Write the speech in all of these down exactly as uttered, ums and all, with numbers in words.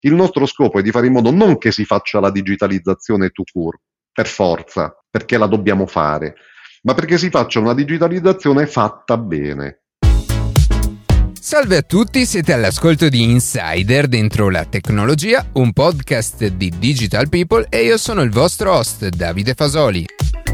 Il nostro scopo è di fare in modo non che si faccia la digitalizzazione tout court, per forza, perché la dobbiamo fare, ma perché si faccia una digitalizzazione fatta bene. Salve a tutti, siete all'ascolto di Insider dentro la tecnologia, un podcast di Digital People e io sono il vostro host Davide Fasoli.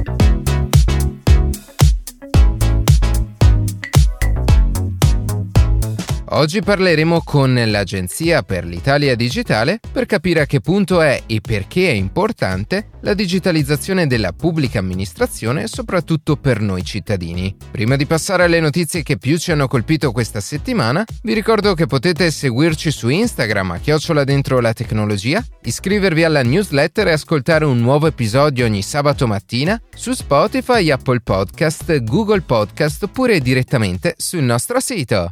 Oggi parleremo con l'Agenzia per l'Italia Digitale per capire a che punto è e perché è importante la digitalizzazione della pubblica amministrazione, soprattutto per noi cittadini. Prima di passare alle notizie che più ci hanno colpito questa settimana, vi ricordo che potete seguirci su Instagram a chiocciola dentro la tecnologia, iscrivervi alla newsletter e ascoltare un nuovo episodio ogni sabato mattina su Spotify, Apple Podcast, Google Podcast oppure direttamente sul nostro sito.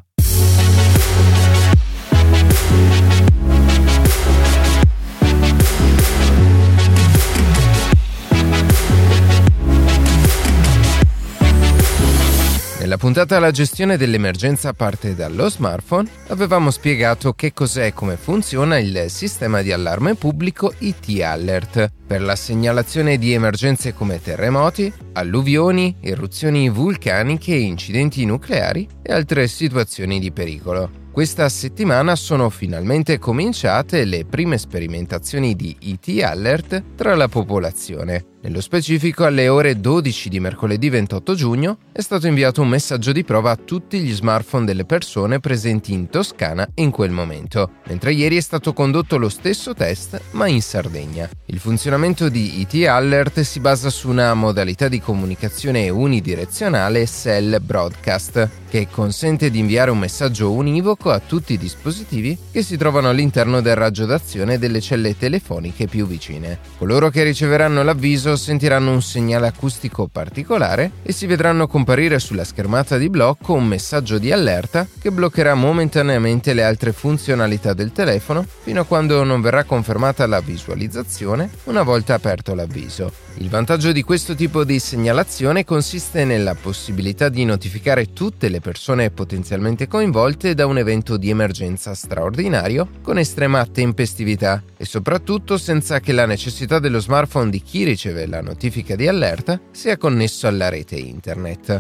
Nella puntata La gestione dell'emergenza parte dallo smartphone, avevamo spiegato che cos'è e come funziona il sistema di allarme pubblico I T Alert per la segnalazione di emergenze come terremoti, alluvioni, eruzioni vulcaniche, incidenti nucleari e altre situazioni di pericolo. Questa settimana sono finalmente cominciate le prime sperimentazioni di I T Alert tra la popolazione. Nello specifico, alle ore dodici di mercoledì ventotto giugno è stato inviato un messaggio di prova a tutti gli smartphone delle persone presenti in Toscana in quel momento, mentre ieri è stato condotto lo stesso test ma in Sardegna. Il funzionamento di I T Alert si basa su una modalità di comunicazione unidirezionale Cell Broadcast, che consente di inviare un messaggio univoco a tutti i dispositivi che si trovano all'interno del raggio d'azione delle celle telefoniche più vicine. Coloro che riceveranno l'avviso sentiranno un segnale acustico particolare e si vedranno comparire sulla schermata di blocco un messaggio di allerta che bloccherà momentaneamente le altre funzionalità del telefono fino a quando non verrà confermata la visualizzazione una volta aperto l'avviso. Il vantaggio di questo tipo di segnalazione consiste nella possibilità di notificare tutte le persone potenzialmente coinvolte da un evento di emergenza straordinario con estrema tempestività e soprattutto senza che la necessità dello smartphone di chi riceve la notifica di allerta sia connesso alla rete internet.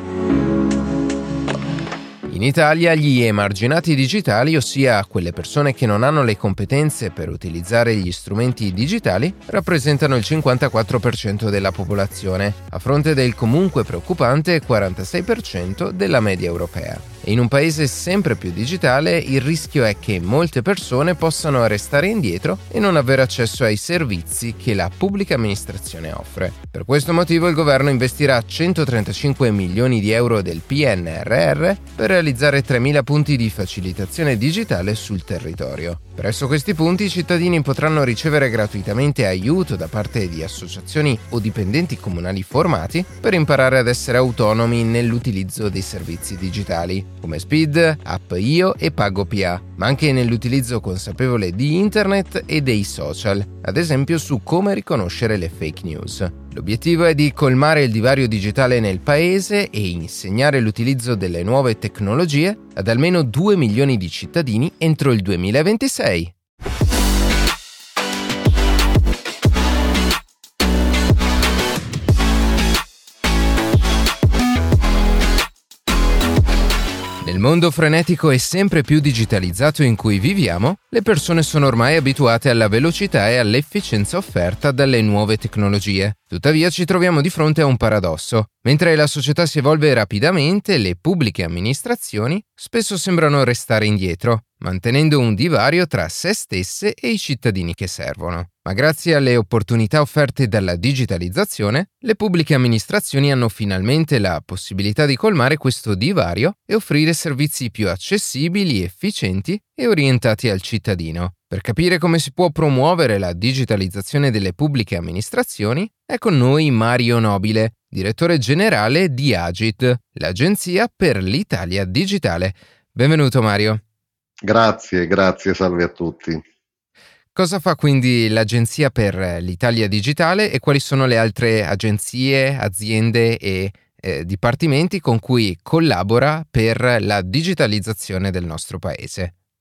In Italia gli emarginati digitali, ossia quelle persone che non hanno le competenze per utilizzare gli strumenti digitali, rappresentano il cinquantaquattro per cento della popolazione, a fronte del comunque preoccupante quarantasei per cento della media europea. E in un paese sempre più digitale il rischio è che molte persone possano restare indietro e non avere accesso ai servizi che la pubblica amministrazione offre. Per questo motivo il governo investirà centotrentacinque milioni di euro del P N R R per realizzare tremila punti di facilitazione digitale sul territorio. Presso questi punti i cittadini potranno ricevere gratuitamente aiuto da parte di associazioni o dipendenti comunali formati per imparare ad essere autonomi nell'utilizzo dei servizi digitali, come Speed, App Io e Pago P A, ma anche nell'utilizzo consapevole di internet e dei social, ad esempio su come riconoscere le fake news. L'obiettivo è di colmare il divario digitale nel paese e insegnare l'utilizzo delle nuove tecnologie ad almeno due milioni di cittadini entro il duemilaventisei. Nel mondo frenetico e sempre più digitalizzato in cui viviamo, le persone sono ormai abituate alla velocità e all'efficienza offerta dalle nuove tecnologie. Tuttavia ci troviamo di fronte a un paradosso. Mentre la società si evolve rapidamente, le pubbliche amministrazioni spesso sembrano restare indietro, mantenendo un divario tra se stesse e i cittadini che servono. Ma grazie alle opportunità offerte dalla digitalizzazione, le pubbliche amministrazioni hanno finalmente la possibilità di colmare questo divario e offrire servizi più accessibili, efficienti e orientati al cittadino. Per capire come si può promuovere la digitalizzazione delle pubbliche amministrazioni, è con noi Mario Nobile, direttore generale di Agit, l'Agenzia per l'Italia Digitale. Benvenuto Mario. Grazie, grazie, salve a tutti. Cosa fa quindi l'Agenzia per l'Italia Digitale e quali sono le altre agenzie, aziende e eh, dipartimenti con cui collabora per la digitalizzazione del nostro paese?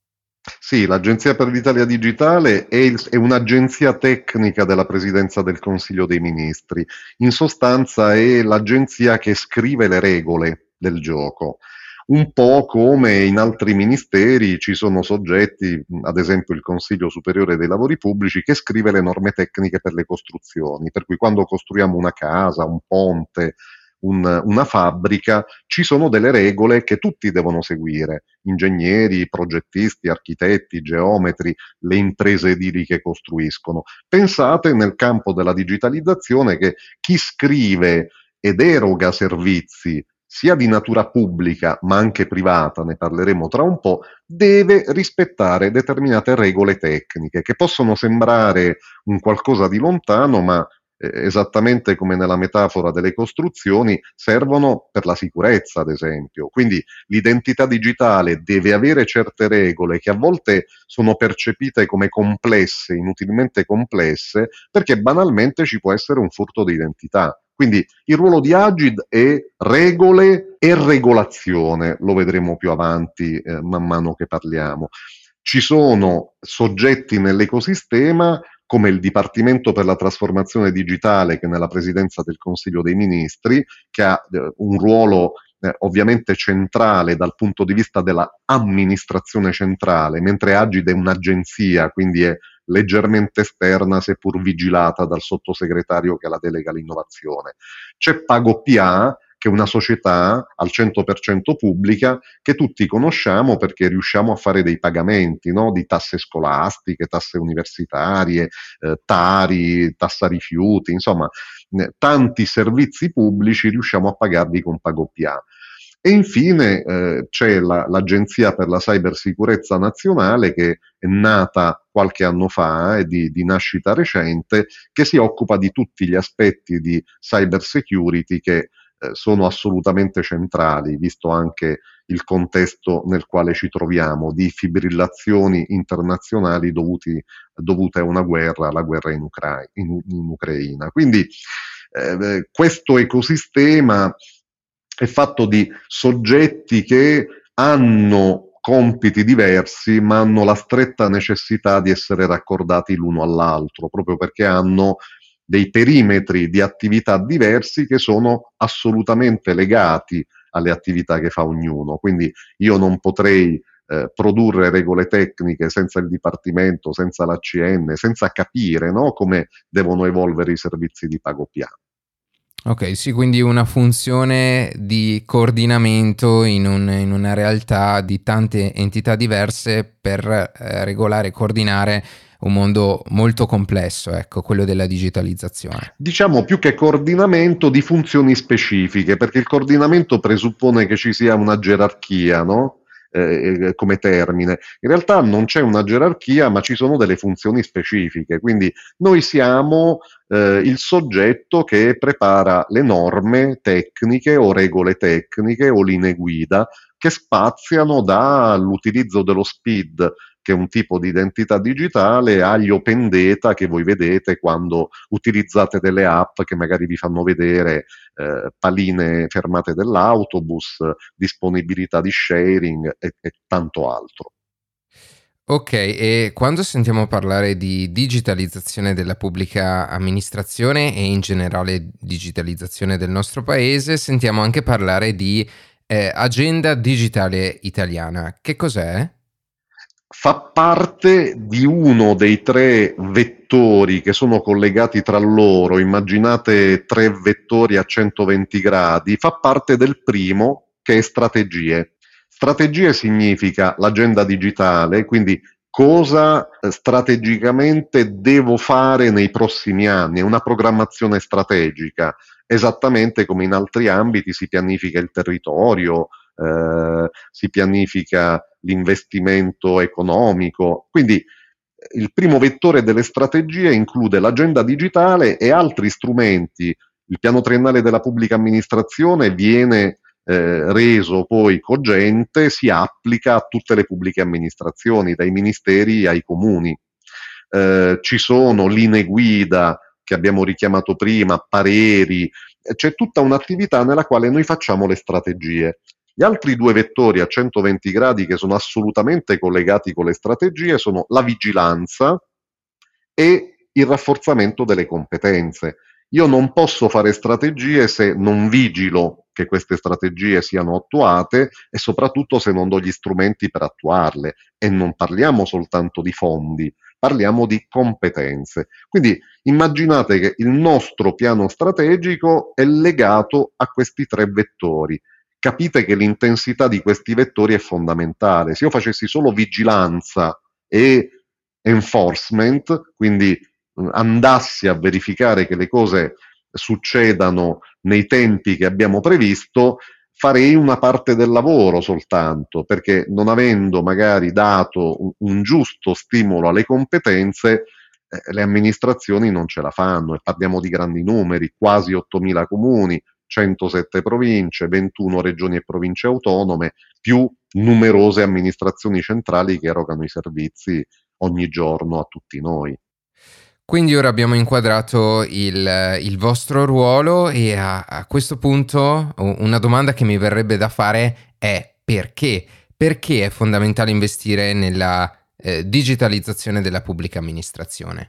Sì, l'Agenzia per l'Italia Digitale è, il- è un'agenzia tecnica della Presidenza del Consiglio dei Ministri. In sostanza è l'agenzia che scrive le regole del gioco. Un po' come in altri ministeri ci sono soggetti, ad esempio il Consiglio Superiore dei Lavori Pubblici, che scrive le norme tecniche per le costruzioni. Per cui quando costruiamo una casa, un ponte, un- una fabbrica, ci sono delle regole che tutti devono seguire: ingegneri, progettisti, architetti, geometri, le imprese edili che costruiscono. Pensate nel campo della digitalizzazione che chi scrive ed eroga servizi sia di natura pubblica ma anche privata, ne parleremo tra un po', deve rispettare determinate regole tecniche che possono sembrare un qualcosa di lontano, ma eh, esattamente come nella metafora delle costruzioni, servono per la sicurezza, ad esempio. Quindi l'identità digitale deve avere certe regole che a volte sono percepite come complesse, inutilmente complesse, perché banalmente ci può essere un furto di identità. Quindi il ruolo di Agid è regole e regolazione, lo vedremo più avanti eh, man mano che parliamo. Ci sono soggetti nell'ecosistema come il Dipartimento per la trasformazione digitale, che è nella Presidenza del Consiglio dei Ministri, che ha eh, un ruolo eh, ovviamente centrale dal punto di vista dell'amministrazione centrale, mentre Agid è un'agenzia, quindi è leggermente esterna, seppur vigilata dal sottosegretario che ha la delega all'innovazione. C'è PagoPA, che è una società al cento per cento pubblica che tutti conosciamo perché riusciamo a fare dei pagamenti, no? Di tasse scolastiche, tasse universitarie, eh, Tari, tassa rifiuti, insomma, eh, tanti servizi pubblici riusciamo a pagarli con PagoPA. E infine eh, c'è la, l'Agenzia per la Cybersicurezza Nazionale, che è nata qualche anno fa, è di, di nascita recente, che si occupa di tutti gli aspetti di cyber security che eh, sono assolutamente centrali, visto anche il contesto nel quale ci troviamo, di fibrillazioni internazionali dovuti, dovute a una guerra, la guerra in, Ucra- in, in Ucraina. Quindi eh, questo ecosistema è fatto di soggetti che hanno compiti diversi, ma hanno la stretta necessità di essere raccordati l'uno all'altro, proprio perché hanno dei perimetri di attività diversi che sono assolutamente legati alle attività che fa ognuno. Quindi io non potrei eh, produrre regole tecniche senza il Dipartimento, senza l'A C N, senza capire, no, come devono evolvere i servizi di PagoPA. Ok, sì, quindi una funzione di coordinamento in, un, in una realtà di tante entità diverse per eh, regolare e coordinare un mondo molto complesso, ecco, quello della digitalizzazione. Diciamo più che coordinamento di funzioni specifiche, perché il coordinamento presuppone che ci sia una gerarchia, no? Eh, come termine. In realtà non c'è una gerarchia, ma ci sono delle funzioni specifiche. Quindi noi siamo eh, il soggetto che prepara le norme tecniche o regole tecniche o linee guida che spaziano dall'utilizzo dello SPID, che è un tipo di identità digitale, agli open data che voi vedete quando utilizzate delle app che magari vi fanno vedere eh, paline fermate dell'autobus, disponibilità di sharing e, e tanto altro. Ok, e quando sentiamo parlare di digitalizzazione della pubblica amministrazione e in generale digitalizzazione del nostro paese, sentiamo anche parlare di eh, agenda digitale italiana. Che cos'è? Fa parte di uno dei tre vettori che sono collegati tra loro, immaginate tre vettori a centoventi gradi, fa parte del primo, che è strategie. Strategie significa l'agenda digitale, quindi cosa eh, strategicamente devo fare nei prossimi anni, è una programmazione strategica, esattamente come in altri ambiti si pianifica il territorio, eh, si pianifica l'investimento economico. Quindi il primo vettore delle strategie include l'agenda digitale e altri strumenti. Il piano triennale della pubblica amministrazione viene eh, reso poi cogente, si applica a tutte le pubbliche amministrazioni, dai ministeri ai comuni. Eh, ci sono linee guida che abbiamo richiamato prima, pareri, c'è tutta un'attività nella quale noi facciamo le strategie. Gli altri due vettori a centoventi gradi che sono assolutamente collegati con le strategie sono la vigilanza e il rafforzamento delle competenze. Io non posso fare strategie se non vigilo che queste strategie siano attuate e soprattutto se non do gli strumenti per attuarle. E non parliamo soltanto di fondi, parliamo di competenze. Quindi immaginate che il nostro piano strategico è legato a questi tre vettori. Capite che l'intensità di questi vettori è fondamentale. Se io facessi solo vigilanza e enforcement, quindi andassi a verificare che le cose succedano nei tempi che abbiamo previsto, farei una parte del lavoro soltanto, perché non avendo magari dato un, un giusto stimolo alle competenze, eh, le amministrazioni non ce la fanno, e parliamo di grandi numeri, quasi ottomila comuni, centosette province, ventuno regioni e province autonome, più numerose amministrazioni centrali che erogano i servizi ogni giorno a tutti noi. Quindi ora abbiamo inquadrato il, il vostro ruolo e a, a questo punto una domanda che mi verrebbe da fare è perché? Perché è fondamentale investire nella eh, digitalizzazione della pubblica amministrazione?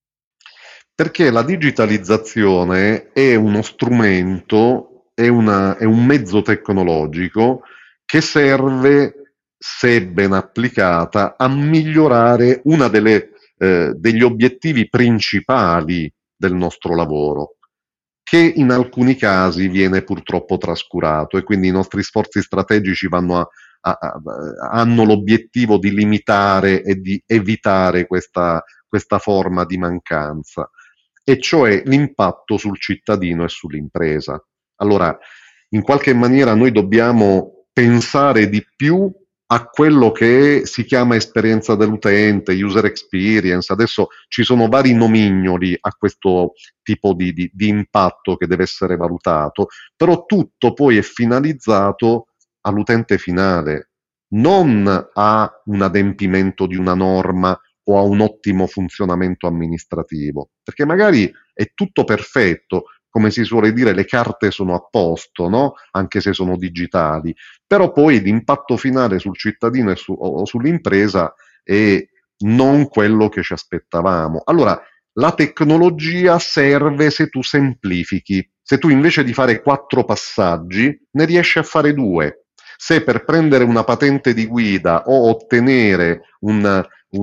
Perché la digitalizzazione è uno strumento, è, una, è un mezzo tecnologico che serve, se ben applicata, a migliorare una delle Eh, degli obiettivi principali del nostro lavoro, che in alcuni casi viene purtroppo trascurato, e quindi i nostri sforzi strategici vanno a, a, a, hanno l'obiettivo di limitare e di evitare questa, questa forma di mancanza, e cioè l'impatto sul cittadino e sull'impresa. Allora, in qualche maniera noi dobbiamo pensare di più a quello che si chiama esperienza dell'utente, user experience. Adesso ci sono vari nomignoli a questo tipo di, di, di impatto che deve essere valutato, però tutto poi è finalizzato all'utente finale, non a un adempimento di una norma o a un ottimo funzionamento amministrativo, perché magari è tutto perfetto, come si suole dire, le carte sono a posto, no? Anche se sono digitali, però poi l'impatto finale sul cittadino e su, o sull'impresa è non quello che ci aspettavamo. Allora, la tecnologia serve se tu semplifichi, se tu invece di fare quattro passaggi ne riesci a fare due. Se per prendere una patente di guida o ottenere un,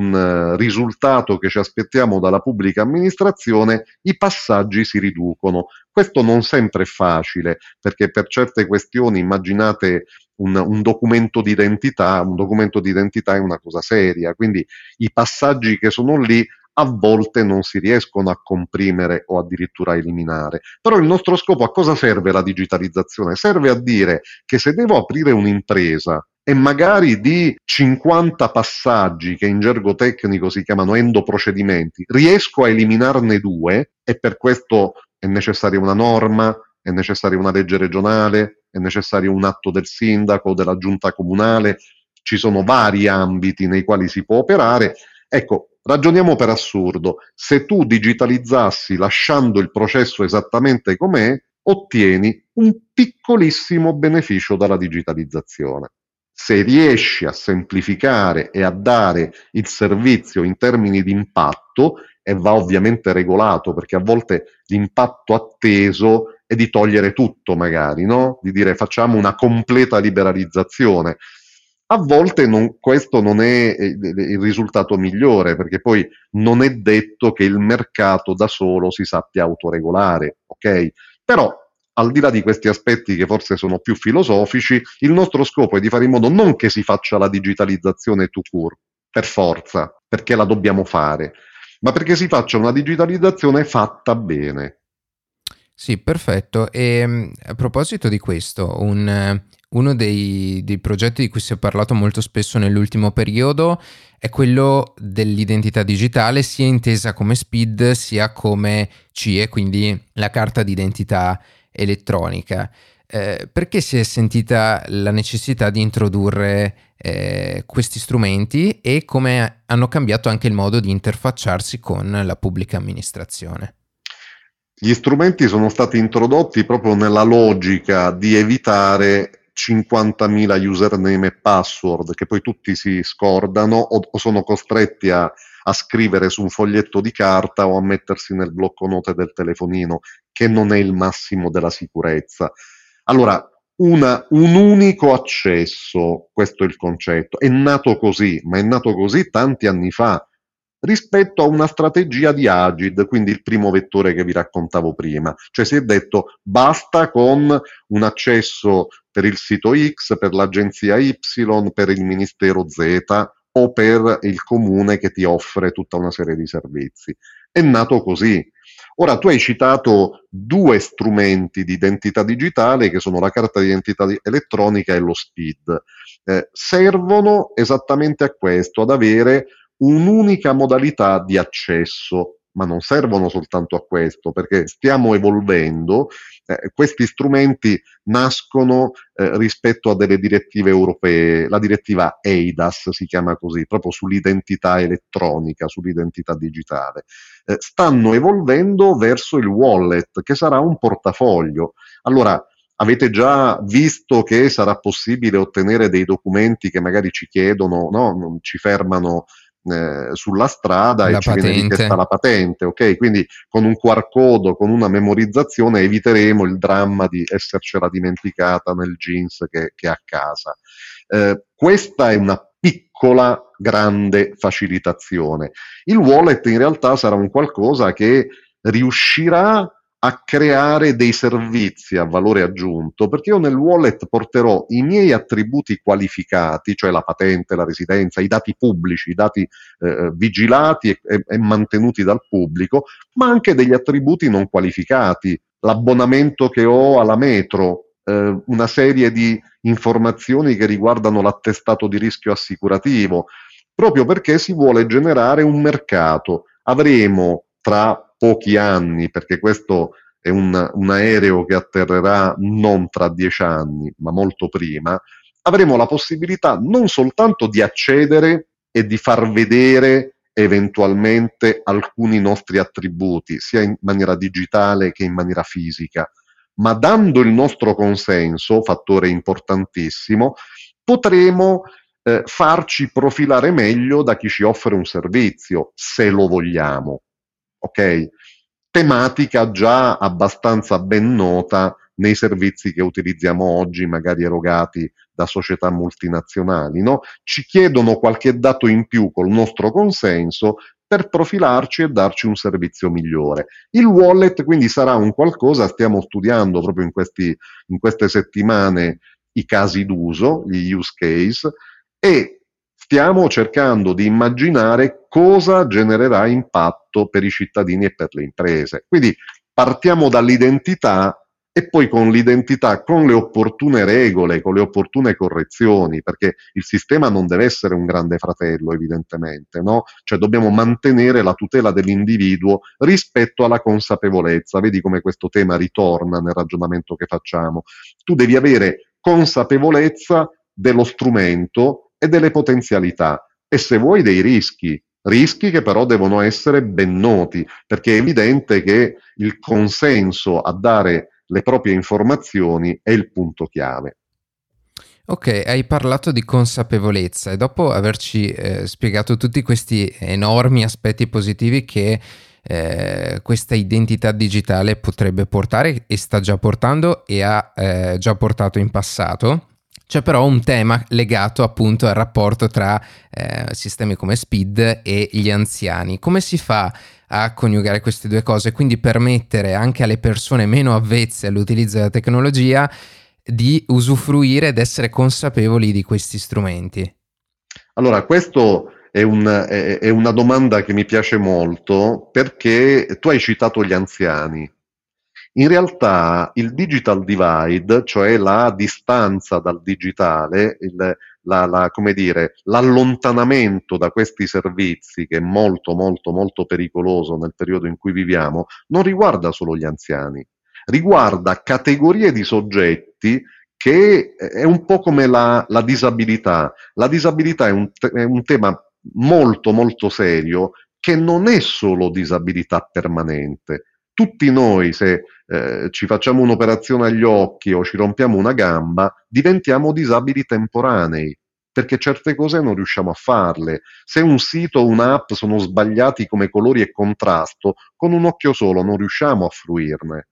un risultato che ci aspettiamo dalla pubblica amministrazione, i passaggi si riducono. Questo non sempre è facile, perché per certe questioni, immaginate un, un documento di identità, un documento di identità è una cosa seria, quindi i passaggi che sono lì a volte non si riescono a comprimere o addirittura eliminare. Però il nostro scopo, a cosa serve la digitalizzazione? Serve a dire che se devo aprire un'impresa e magari di cinquanta passaggi, che in gergo tecnico si chiamano endoprocedimenti, riesco a eliminarne due, e per questo è necessaria una norma, è necessaria una legge regionale, è necessario un atto del sindaco o della giunta comunale, ci sono vari ambiti nei quali si può operare. Ecco, ragioniamo per assurdo: se tu digitalizzassi lasciando il processo esattamente com'è, ottieni un piccolissimo beneficio dalla digitalizzazione. Se riesci a semplificare e a dare il servizio in termini di impatto, e va ovviamente regolato, perché a volte l'impatto atteso è di togliere tutto, magari, no? Di dire facciamo una completa liberalizzazione. A volte non, questo non è il risultato migliore, perché poi non è detto che il mercato da solo si sappia autoregolare, ok? Però, al di là di questi aspetti che forse sono più filosofici, il nostro scopo è di fare in modo non che si faccia la digitalizzazione tout court, per forza, perché la dobbiamo fare, ma perché si faccia una digitalizzazione fatta bene. Sì, perfetto. E a proposito di questo, un, uno dei, dei progetti di cui si è parlato molto spesso nell'ultimo periodo è quello dell'identità digitale, sia intesa come S P I D sia come C I E, quindi la carta d'identità elettronica. Eh, perché si è sentita la necessità di introdurre eh, questi strumenti e come hanno cambiato anche il modo di interfacciarsi con la pubblica amministrazione? Gli strumenti sono stati introdotti proprio nella logica di evitare cinquantamila username e password che poi tutti si scordano o, o sono costretti a, a scrivere su un foglietto di carta o a mettersi nel blocco note del telefonino, che non è il massimo della sicurezza. Allora, una, un unico accesso, questo è il concetto, è nato così, ma è nato così tanti anni fa, rispetto a una strategia di Agid, quindi il primo vettore che vi raccontavo prima. Cioè si è detto basta con un accesso per il sito X, per l'agenzia Y, per il ministero Z o per il comune che ti offre tutta una serie di servizi. È nato così. Ora, tu hai citato due strumenti di identità digitale che sono la carta di identità elettronica e lo SPID. Eh, servono esattamente a questo, ad avere un'unica modalità di accesso, ma non servono soltanto a questo, perché stiamo evolvendo. Eh, questi strumenti nascono eh, rispetto a delle direttive europee, la direttiva E I D A S si chiama così, proprio sull'identità elettronica, sull'identità digitale. Eh, stanno evolvendo verso il wallet, che sarà un portafoglio. Allora, avete già visto che sarà possibile ottenere dei documenti che magari ci chiedono, no? Ci fermano Eh, sulla strada La e ci patente. viene richiesta la patente, ok? Quindi con un Q R code, con una memorizzazione eviteremo il dramma di essercela dimenticata nel jeans che, che è a casa. Eh, questa è una piccola grande facilitazione. Il wallet in realtà sarà un qualcosa che riuscirà a creare dei servizi a valore aggiunto, perché io nel wallet porterò i miei attributi qualificati, cioè la patente, la residenza, i dati pubblici, i dati eh, vigilati e, e, e mantenuti dal pubblico, ma anche degli attributi non qualificati, l'abbonamento che ho alla metro, eh, una serie di informazioni che riguardano l'attestato di rischio assicurativo, proprio perché si vuole generare un mercato. Avremo tra pochi anni, perché questo è un, un aereo che atterrerà non tra dieci anni, ma molto prima, avremo la possibilità non soltanto di accedere e di far vedere eventualmente alcuni nostri attributi, sia in maniera digitale che in maniera fisica, ma dando il nostro consenso, fattore importantissimo, potremo eh, farci profilare meglio da chi ci offre un servizio, se lo vogliamo. Ok? Tematica già abbastanza ben nota nei servizi che utilizziamo oggi, magari erogati da società multinazionali, no? Ci chiedono qualche dato in più col nostro consenso per profilarci e darci un servizio migliore. Il wallet quindi sarà un qualcosa, stiamo studiando proprio in, questi, in queste settimane i casi d'uso, gli use case, e stiamo cercando di immaginare cosa genererà impatto per i cittadini e per le imprese. Quindi partiamo dall'identità e poi con l'identità, con le opportune regole, con le opportune correzioni, perché il sistema non deve essere un grande fratello, evidentemente, no? Cioè dobbiamo mantenere la tutela dell'individuo rispetto alla consapevolezza. Vedi come questo tema ritorna nel ragionamento che facciamo. Tu devi avere consapevolezza dello strumento e delle potenzialità e se vuoi dei rischi, rischi che però devono essere ben noti, perché è evidente che il consenso a dare le proprie informazioni è il punto chiave. Ok, hai parlato di consapevolezza e dopo averci eh, spiegato tutti questi enormi aspetti positivi che eh, questa identità digitale potrebbe portare e sta già portando e ha eh, già portato in passato, c'è però un tema legato appunto al rapporto tra eh, sistemi come SPID e gli anziani. Come si fa a coniugare queste due cose, quindi permettere anche alle persone meno avvezze all'utilizzo della tecnologia di usufruire ed essere consapevoli di questi strumenti? Allora, questo è, un, è, è una domanda che mi piace molto, perché tu hai citato gli anziani. In realtà il digital divide, cioè la distanza dal digitale, il, la, la, come dire, l'allontanamento da questi servizi, che è molto molto molto pericoloso nel periodo in cui viviamo, non riguarda solo gli anziani, riguarda categorie di soggetti che è un po' come la, la disabilità. La disabilità è un, è un tema molto molto serio, che non è solo disabilità permanente, tutti noi, se eh, ci facciamo un'operazione agli occhi o ci rompiamo una gamba, diventiamo disabili temporanei, perché certe cose non riusciamo a farle. Se un sito o un'app sono sbagliati come colori e contrasto, con un occhio solo non riusciamo a fruirne.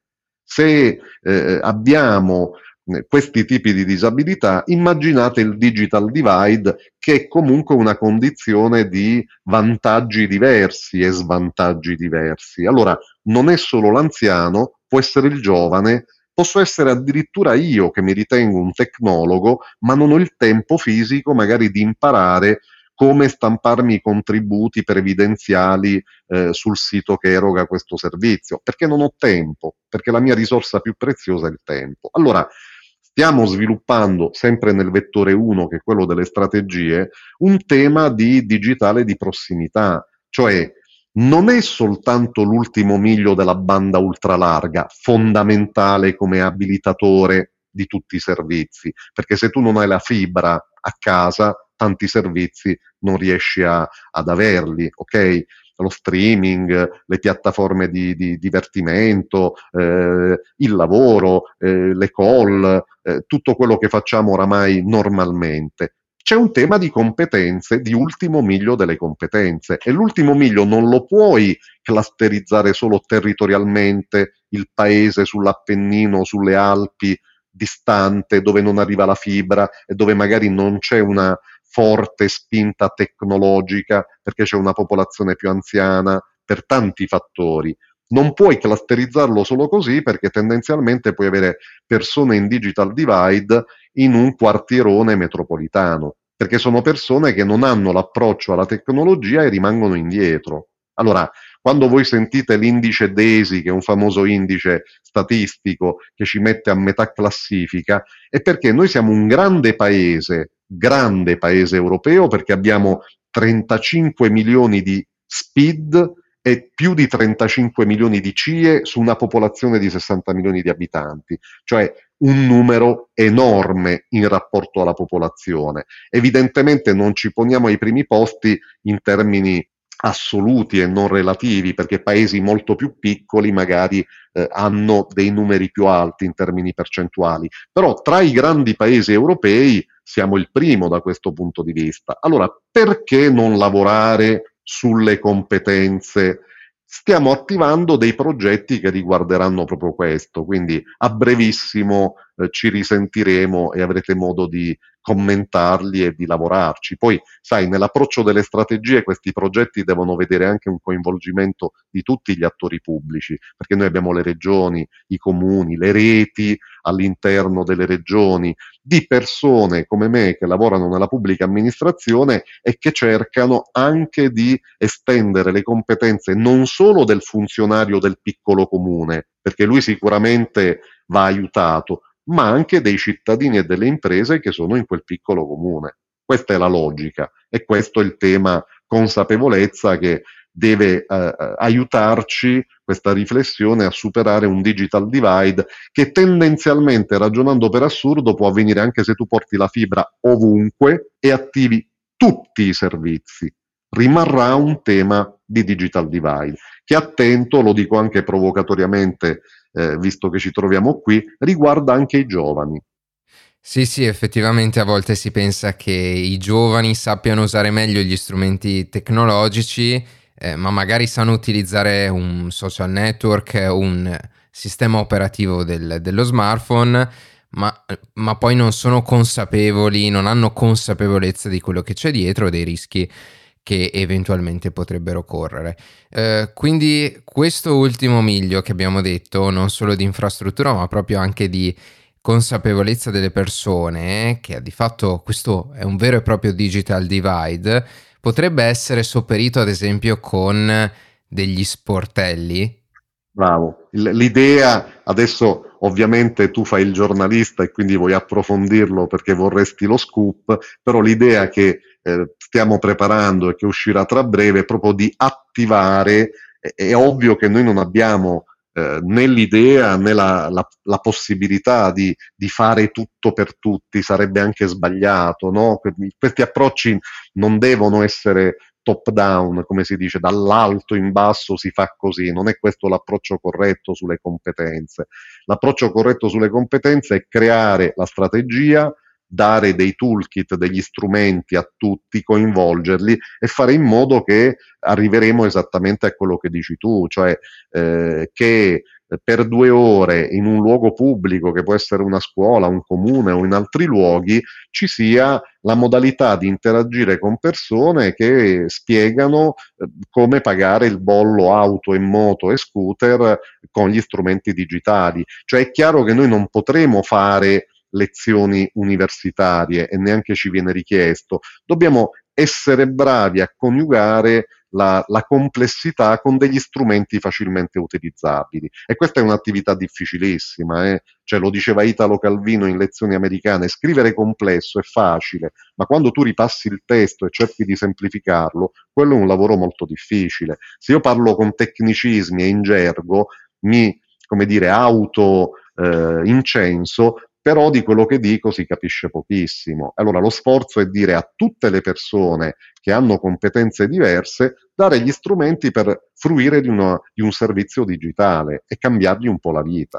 Se eh, abbiamo eh, questi tipi di disabilità, immaginate il digital divide, che è comunque una condizione di vantaggi diversi e svantaggi diversi. Allora, non è solo l'anziano, può essere il giovane, posso essere addirittura io che mi ritengo un tecnologo, ma non ho il tempo fisico magari di imparare come stamparmi i contributi previdenziali eh, sul sito che eroga questo servizio, perché non ho tempo, perché la mia risorsa più preziosa è il tempo. Allora, stiamo sviluppando, sempre nel vettore uno, che è quello delle strategie, un tema di digitale di prossimità, cioè non è soltanto l'ultimo miglio della banda ultralarga, fondamentale come abilitatore di tutti i servizi, perché se tu non hai la fibra a casa, tanti servizi non riesci a, ad averli, ok? Lo streaming, le piattaforme di, di divertimento, eh, il lavoro, eh, le call, eh, tutto quello che facciamo oramai normalmente. C'è un tema di competenze, di ultimo miglio delle competenze, e l'ultimo miglio non lo puoi clusterizzare solo territorialmente, il paese sull'Appennino, sulle Alpi, distante, dove non arriva la fibra e dove magari non c'è una forte spinta tecnologica perché c'è una popolazione più anziana, per tanti fattori. Non puoi clusterizzarlo solo così, perché tendenzialmente puoi avere persone in digital divide in un quartierone metropolitano, perché sono persone che non hanno l'approccio alla tecnologia e rimangono indietro. Allora, quando voi sentite l'indice DESI, che è un famoso indice statistico che ci mette a metà classifica, è perché noi siamo un grande paese, grande paese europeo, perché abbiamo trentacinque milioni di S P I D e più di trentacinque milioni di C I E su una popolazione di sessanta milioni di abitanti, cioè un numero enorme in rapporto alla popolazione. Evidentemente non ci poniamo ai primi posti in termini assoluti e non relativi, perché paesi molto più piccoli magari eh, hanno dei numeri più alti in termini percentuali, però tra i grandi paesi europei siamo il primo da questo punto di vista. Allora, perché non lavorare sulle competenze? Stiamo attivando dei progetti che riguarderanno proprio questo, quindi a brevissimo eh, ci risentiremo e avrete modo di commentarli e di lavorarci. Poi, sai, nell'approccio delle strategie questi progetti devono vedere anche un coinvolgimento di tutti gli attori pubblici, perché noi abbiamo le regioni, i comuni, le reti all'interno delle regioni, di persone come me che lavorano nella pubblica amministrazione e che cercano anche di estendere le competenze non solo del funzionario del piccolo comune, perché lui sicuramente va aiutato, ma anche dei cittadini e delle imprese che sono in quel piccolo comune. Questa è la logica e questo è il tema consapevolezza che deve eh, aiutarci, questa riflessione, a superare un digital divide che tendenzialmente, ragionando per assurdo, può avvenire anche se tu porti la fibra ovunque e attivi tutti i servizi. Rimarrà un tema di digital divide che, attento, lo dico anche provocatoriamente, eh, visto che ci troviamo qui, riguarda anche i giovani. Sì, sì, effettivamente a volte si pensa che i giovani sappiano usare meglio gli strumenti tecnologici, eh, ma magari sanno utilizzare un social network, un sistema operativo del, dello smartphone, ma, ma poi non sono consapevoli, non hanno consapevolezza di quello che c'è dietro, dei rischi che eventualmente potrebbero correre. Eh, quindi questo ultimo miglio che abbiamo detto, non solo di infrastruttura, ma proprio anche di consapevolezza delle persone, eh, che di fatto questo è un vero e proprio digital divide, potrebbe essere sopperito ad esempio con degli sportelli. Bravo. L'idea, adesso ovviamente tu fai il giornalista e quindi vuoi approfondirlo perché vorresti lo scoop, però l'idea che eh, stiamo preparando e che uscirà tra breve è proprio di attivare, è, è ovvio che noi non abbiamo eh, né l'idea né la, la, la possibilità di, di fare tutto per tutti, sarebbe anche sbagliato, no? Questi approcci non devono essere top down, come si dice, dall'alto in basso si fa così, non è questo l'approccio corretto sulle competenze. L'approccio corretto sulle competenze è creare la strategia, dare dei toolkit, degli strumenti a tutti, coinvolgerli e fare in modo che arriveremo esattamente a quello che dici tu, cioè eh, che per due ore in un luogo pubblico, che può essere una scuola, un comune o in altri luoghi, ci sia la modalità di interagire con persone che spiegano eh, come pagare il bollo auto e moto e scooter con gli strumenti digitali. Cioè è chiaro che noi non potremo fare lezioni universitarie e neanche ci viene richiesto. Dobbiamo essere bravi a coniugare la, la complessità con degli strumenti facilmente utilizzabili. E questa è un'attività difficilissima, eh? Cioè, lo diceva Italo Calvino in Lezioni americane, scrivere complesso è facile, ma quando tu ripassi il testo e cerchi di semplificarlo, quello è un lavoro molto difficile. Se io parlo con tecnicismi e in gergo, mi, come dire, auto eh, incenso, però di quello che dico si capisce pochissimo. Allora lo sforzo è dire a tutte le persone che hanno competenze diverse, dare gli strumenti per fruire di, una, di un servizio digitale e cambiargli un po' la vita.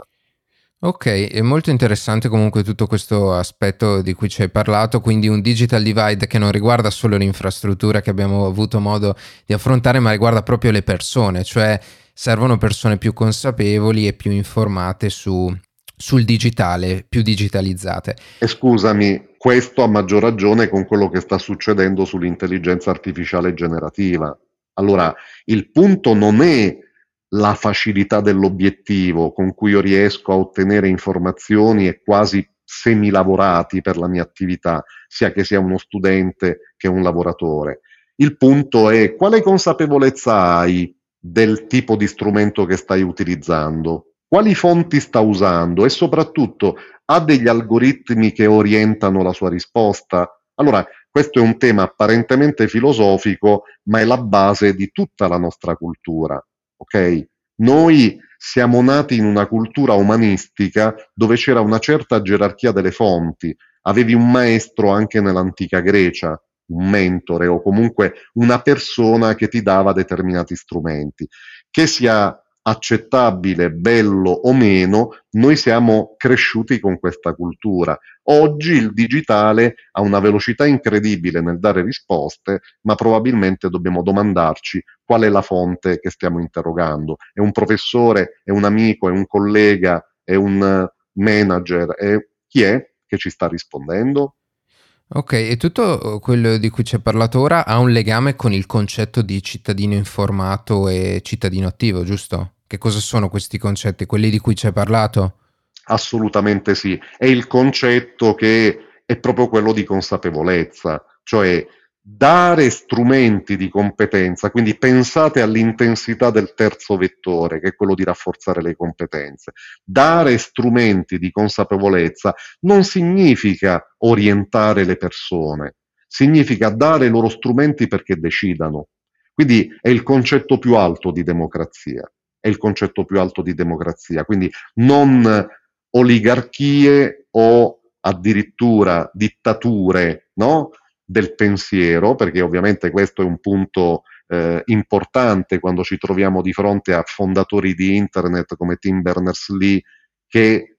Ok, è molto interessante comunque tutto questo aspetto di cui ci hai parlato, quindi un digital divide che non riguarda solo l'infrastruttura che abbiamo avuto modo di affrontare, ma riguarda proprio le persone, cioè servono persone più consapevoli e più informate su... sul digitale, più digitalizzate. E scusami, questo a maggior ragione con quello che sta succedendo sull'intelligenza artificiale generativa. Allora, il punto non è la facilità dell'obiettivo con cui io riesco a ottenere informazioni e quasi semilavorati per la mia attività, sia che sia uno studente che un lavoratore. Il punto è quale consapevolezza hai del tipo di strumento che stai utilizzando? Quali fonti sta usando e soprattutto ha degli algoritmi che orientano la sua risposta? Allora, questo è un tema apparentemente filosofico, ma è la base di tutta la nostra cultura, ok? Noi siamo nati in una cultura umanistica dove c'era una certa gerarchia delle fonti. Avevi un maestro anche nell'antica Grecia, un mentore o comunque una persona che ti dava determinati strumenti. Che sia accettabile, bello o meno, noi siamo cresciuti con questa cultura. Oggi il digitale ha una velocità incredibile nel dare risposte, ma probabilmente dobbiamo domandarci qual è la fonte che stiamo interrogando. È un professore, è un amico, è un collega, è un manager, è... chi è che ci sta rispondendo? Ok, e tutto quello di cui ci hai parlato ora ha un legame con il concetto di cittadino informato e cittadino attivo, giusto? Che cosa sono questi concetti, quelli di cui ci hai parlato? Assolutamente sì, è il concetto che è proprio quello di consapevolezza, cioè dare strumenti di competenza, quindi pensate all'intensità del terzo vettore, che è quello di rafforzare le competenze. Dare strumenti di consapevolezza non significa orientare le persone, significa dare loro strumenti perché decidano. Quindi è il concetto più alto di democrazia, è il concetto più alto di democrazia, quindi non oligarchie o addirittura dittature, no? Del pensiero, perché ovviamente questo è un punto eh, importante quando ci troviamo di fronte a fondatori di internet come Tim Berners-Lee, che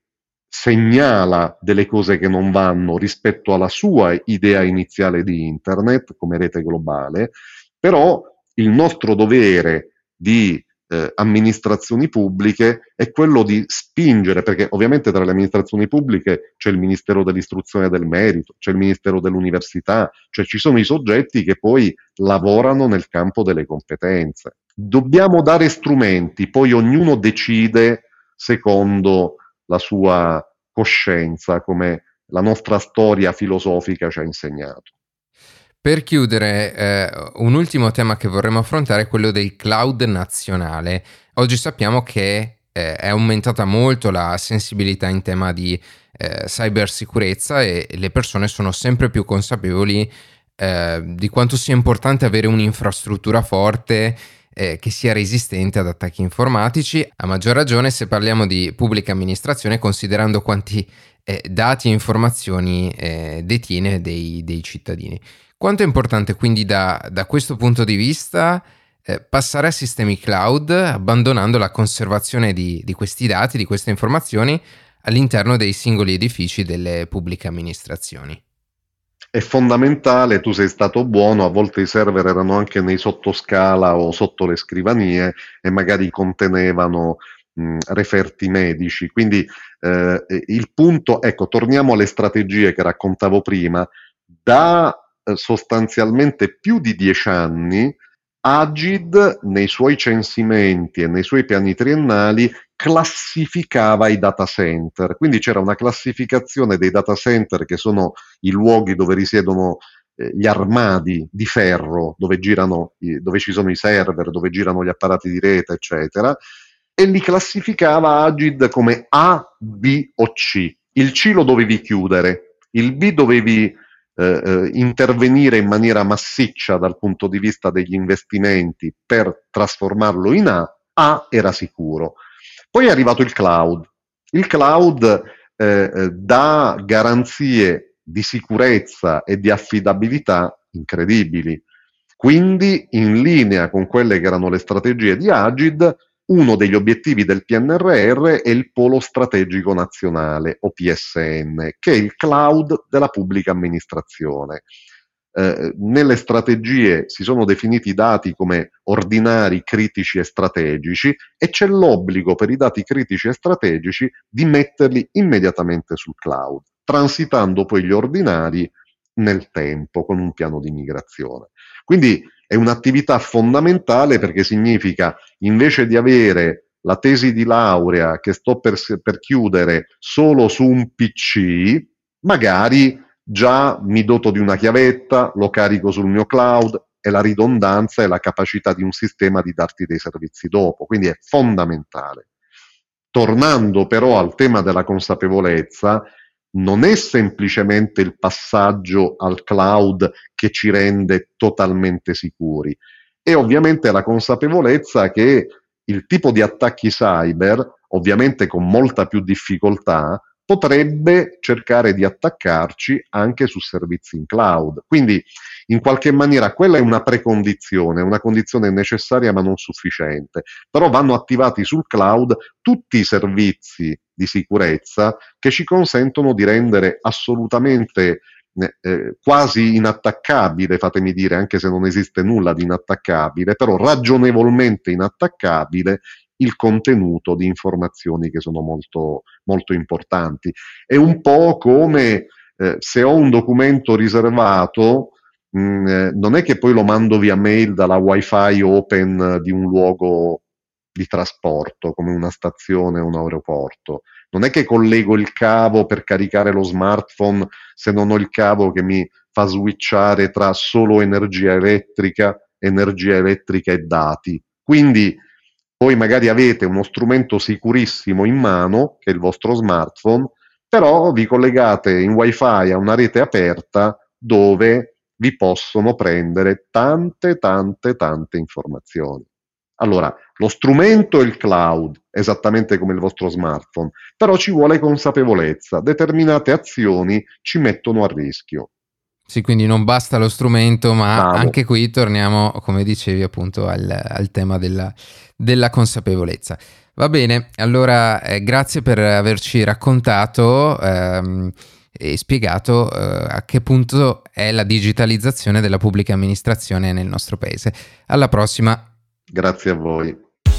segnala delle cose che non vanno rispetto alla sua idea iniziale di internet come rete globale, però il nostro dovere di eh, amministrazioni pubbliche è quello di spingere, perché ovviamente tra le amministrazioni pubbliche c'è il Ministero dell'Istruzione e del Merito, c'è il Ministero dell'Università, cioè ci sono i soggetti che poi lavorano nel campo delle competenze. Dobbiamo dare strumenti, poi ognuno decide secondo la sua coscienza, come la nostra storia filosofica ci ha insegnato. Per chiudere, eh, un ultimo tema che vorremmo affrontare è quello del cloud nazionale. Oggi sappiamo che eh, è aumentata molto la sensibilità in tema di eh, cybersicurezza e le persone sono sempre più consapevoli eh, di quanto sia importante avere un'infrastruttura forte eh, che sia resistente ad attacchi informatici, a maggior ragione se parliamo di pubblica amministrazione, considerando quanti eh, dati e informazioni eh, detiene dei, dei cittadini. Quanto è importante quindi da, da questo punto di vista eh, passare a sistemi cloud, abbandonando la conservazione di, di questi dati, di queste informazioni all'interno dei singoli edifici delle pubbliche amministrazioni? È fondamentale, tu sei stato buono, a volte i server erano anche nei sottoscala o sotto le scrivanie e magari contenevano mh, referti medici, quindi eh, il punto, ecco, torniamo alle strategie che raccontavo prima. Da eh, sostanzialmente più di dieci anni Agid nei suoi censimenti e nei suoi piani triennali classificava i data center, quindi c'era una classificazione dei data center, che sono i luoghi dove risiedono eh, gli armadi di ferro, dove girano, i, dove ci sono i server, dove girano gli apparati di rete, eccetera, e li classificava Agid come A, B o C. Il C lo dovevi chiudere, il B dovevi eh, intervenire in maniera massiccia dal punto di vista degli investimenti per trasformarlo in A, A era sicuro. Poi è arrivato il cloud. Il cloud eh, dà garanzie di sicurezza e di affidabilità incredibili. Quindi, in linea con quelle che erano le strategie di Agid, uno degli obiettivi del P N R R è il Polo Strategico Nazionale, o P S N, che è il cloud della pubblica amministrazione. Eh, nelle strategie si sono definiti i dati come ordinari, critici e strategici, e c'è l'obbligo per i dati critici e strategici di metterli immediatamente sul cloud, transitando poi gli ordinari nel tempo con un piano di migrazione. Quindi è un'attività fondamentale, perché significa, invece di avere la tesi di laurea che sto per, per chiudere solo su un P C, magari già mi doto di una chiavetta, lo carico sul mio cloud, e la ridondanza e la capacità di un sistema di darti dei servizi dopo. Quindi è fondamentale. Tornando però al tema della consapevolezza, non è semplicemente il passaggio al cloud che ci rende totalmente sicuri, è ovviamente la consapevolezza che il tipo di attacchi cyber, ovviamente con molta più difficoltà, potrebbe cercare di attaccarci anche su servizi in cloud. Quindi in qualche maniera quella è una precondizione, una condizione necessaria ma non sufficiente, però vanno attivati sul cloud tutti i servizi di sicurezza che ci consentono di rendere assolutamente eh, quasi inattaccabile, fatemi dire, anche se non esiste nulla di inattaccabile, però ragionevolmente inattaccabile il contenuto di informazioni che sono molto, molto importanti. È un po' come eh, se ho un documento riservato, mh, eh, non è che poi lo mando via mail dalla wifi open di un luogo di trasporto, come una stazione o un aeroporto. Non è che collego il cavo per caricare lo smartphone se non ho il cavo che mi fa switchare tra solo energia elettrica, energia elettrica e dati. Quindi voi magari avete uno strumento sicurissimo in mano, che è il vostro smartphone, però vi collegate in wifi a una rete aperta dove vi possono prendere tante, tante, tante informazioni. Allora, lo strumento è il cloud, esattamente come il vostro smartphone, però ci vuole consapevolezza. Determinate azioni ci mettono a rischio. Sì, quindi non basta lo strumento, ma Bravo. Anche qui torniamo, come dicevi, appunto al, al tema della, della consapevolezza. Va bene, allora eh, grazie per averci raccontato ehm, e spiegato eh, a che punto è la digitalizzazione della pubblica amministrazione nel nostro paese. Alla prossima. Grazie a voi.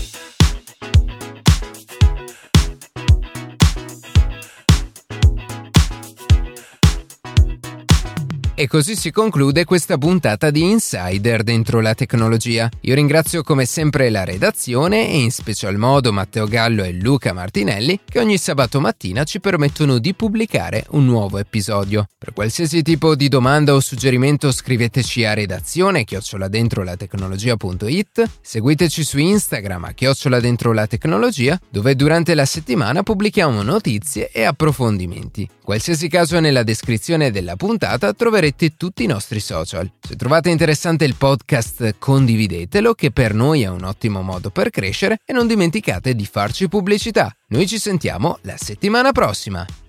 E così si conclude questa puntata di Insider dentro la tecnologia. Io ringrazio come sempre la redazione e in special modo Matteo Gallo e Luca Martinelli, che ogni sabato mattina ci permettono di pubblicare un nuovo episodio. Per qualsiasi tipo di domanda o suggerimento scriveteci a redazione chiocciola dentro la tecnologia punto it, seguiteci su Instagram a chiocciola dentro la tecnologia, dove durante la settimana pubblichiamo notizie e approfondimenti. Qualsiasi caso è nella descrizione della puntata, troverete tutti i nostri social. Se trovate interessante il podcast, condividetelo, che per noi è un ottimo modo per crescere, e non dimenticate di farci pubblicità. Noi ci sentiamo la settimana prossima.